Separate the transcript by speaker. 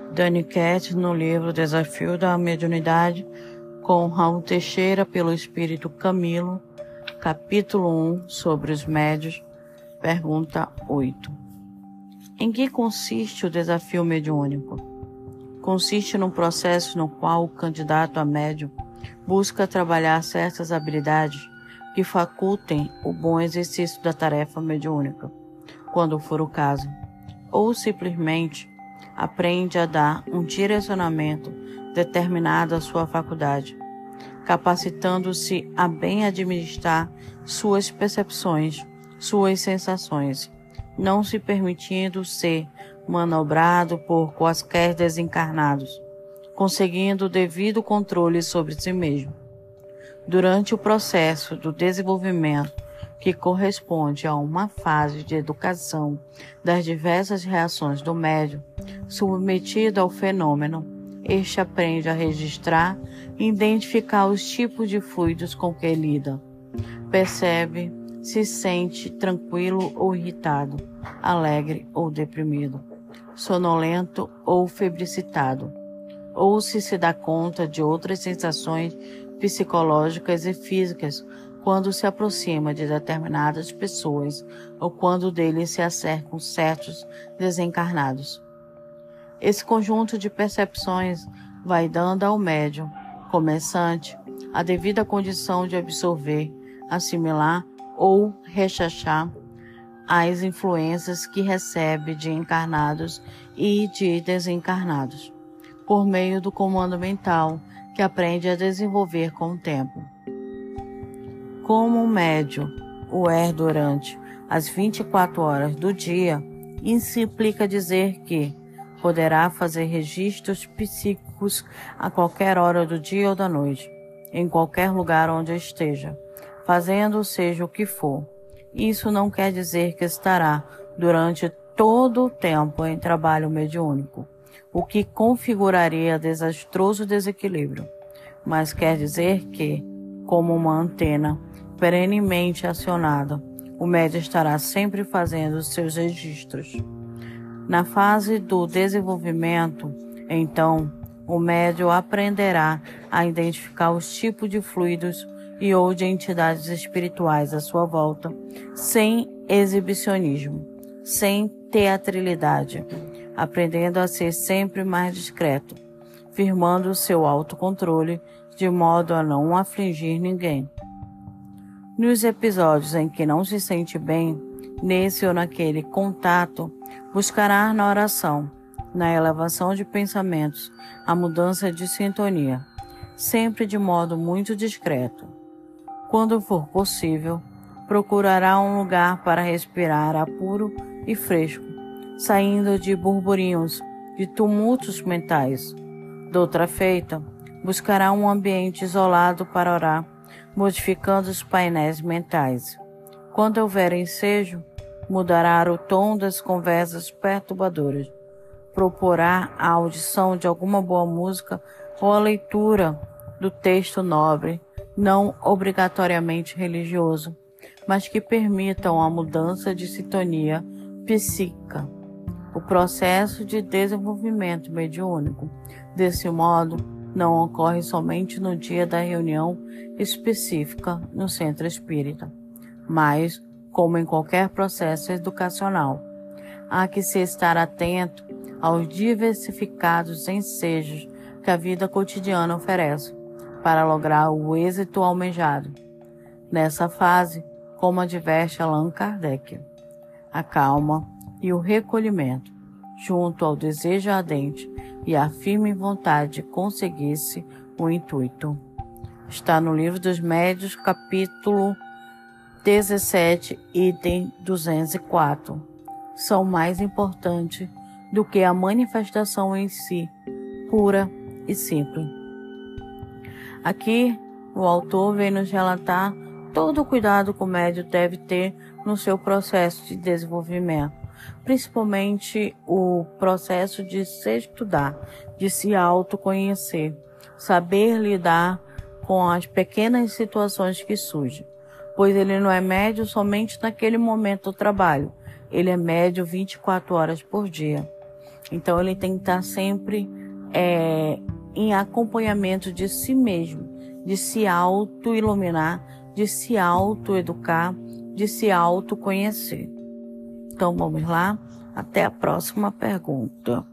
Speaker 1: Dani Cat, no livro Desafio da Mediunidade, com Raul Teixeira, pelo Espírito Camilo, capítulo 1, sobre os médios, pergunta 8. Em que consiste o desafio mediúnico? Consiste num processo no qual o candidato a médium busca trabalhar certas habilidades que facultem o bom exercício da tarefa mediúnica, quando for o caso, ou simplesmente aprende a dar um direcionamento determinado à sua faculdade, capacitando-se a bem administrar suas percepções, suas sensações, não se permitindo ser manobrado por quaisquer desencarnados, conseguindo o devido controle sobre si mesmo. Durante o processo do desenvolvimento, que corresponde a uma fase de educação das diversas reações do médium, submetido ao fenômeno, este aprende a registrar e identificar os tipos de fluidos com que lida. Percebe, se sente tranquilo ou irritado, alegre ou deprimido, sonolento ou febricitado, ou se dá conta de outras sensações psicológicas e físicas quando se aproxima de determinadas pessoas ou quando deles se acercam certos desencarnados. Esse conjunto de percepções vai dando ao médium começante a devida condição de absorver, assimilar ou rechachar as influências que recebe de encarnados e de desencarnados, por meio do comando mental que aprende a desenvolver com o tempo. Como o médium o é durante as 24 horas do dia, isso implica dizer que poderá fazer registros psíquicos a qualquer hora do dia ou da noite, em qualquer lugar onde esteja, fazendo seja o que for. Isso não quer dizer que estará durante todo o tempo em trabalho mediúnico, o que configuraria desastroso desequilíbrio, mas quer dizer que, como uma antena perenemente acionada, o médium estará sempre fazendo seus registros. Na fase do desenvolvimento, então, o médium aprenderá a identificar os tipos de fluidos e ou de entidades espirituais à sua volta, sem exibicionismo, sem teatralidade, aprendendo a ser sempre mais discreto, firmando o seu autocontrole de modo a não afligir ninguém. Nos episódios em que não se sente bem, nesse ou naquele contato, buscará na oração, na elevação de pensamentos, a mudança de sintonia, sempre de modo muito discreto. Quando for possível, procurará um lugar para respirar apuro e fresco, saindo de burburinhos, de tumultos mentais. Doutra feita, buscará um ambiente isolado para orar, modificando os painéis mentais. Quando houver ensejo, mudará o tom das conversas perturbadoras. Proporá a audição de alguma boa música ou a leitura do texto nobre, não obrigatoriamente religioso, mas que permitam a mudança de sintonia psíquica. O processo de desenvolvimento mediúnico, desse modo, não ocorre somente no dia da reunião específica no centro espírita, mas, como em qualquer processo educacional, há que se estar atento aos diversificados ensejos que a vida cotidiana oferece para lograr o êxito almejado. Nessa fase, como adverte Allan Kardec, a calma e o recolhimento, junto ao desejo ardente e à firme vontade de conseguir-se o intuito. Está no Livro dos Médiuns, capítulo 17, item 204. São mais importantes do que a manifestação em si, pura e simples. Aqui, o autor vem nos relatar todo o cuidado que o médium deve ter no seu processo de desenvolvimento, principalmente o processo de se estudar, de se autoconhecer, saber lidar com as pequenas situações que surgem, pois ele não é médium somente naquele momento do trabalho, ele é médium 24 horas por dia. Então ele tem que estar sempre em acompanhamento de si mesmo, de se auto-iluminar, de se auto-educar, de se autoconhecer. Então vamos lá, até a próxima pergunta.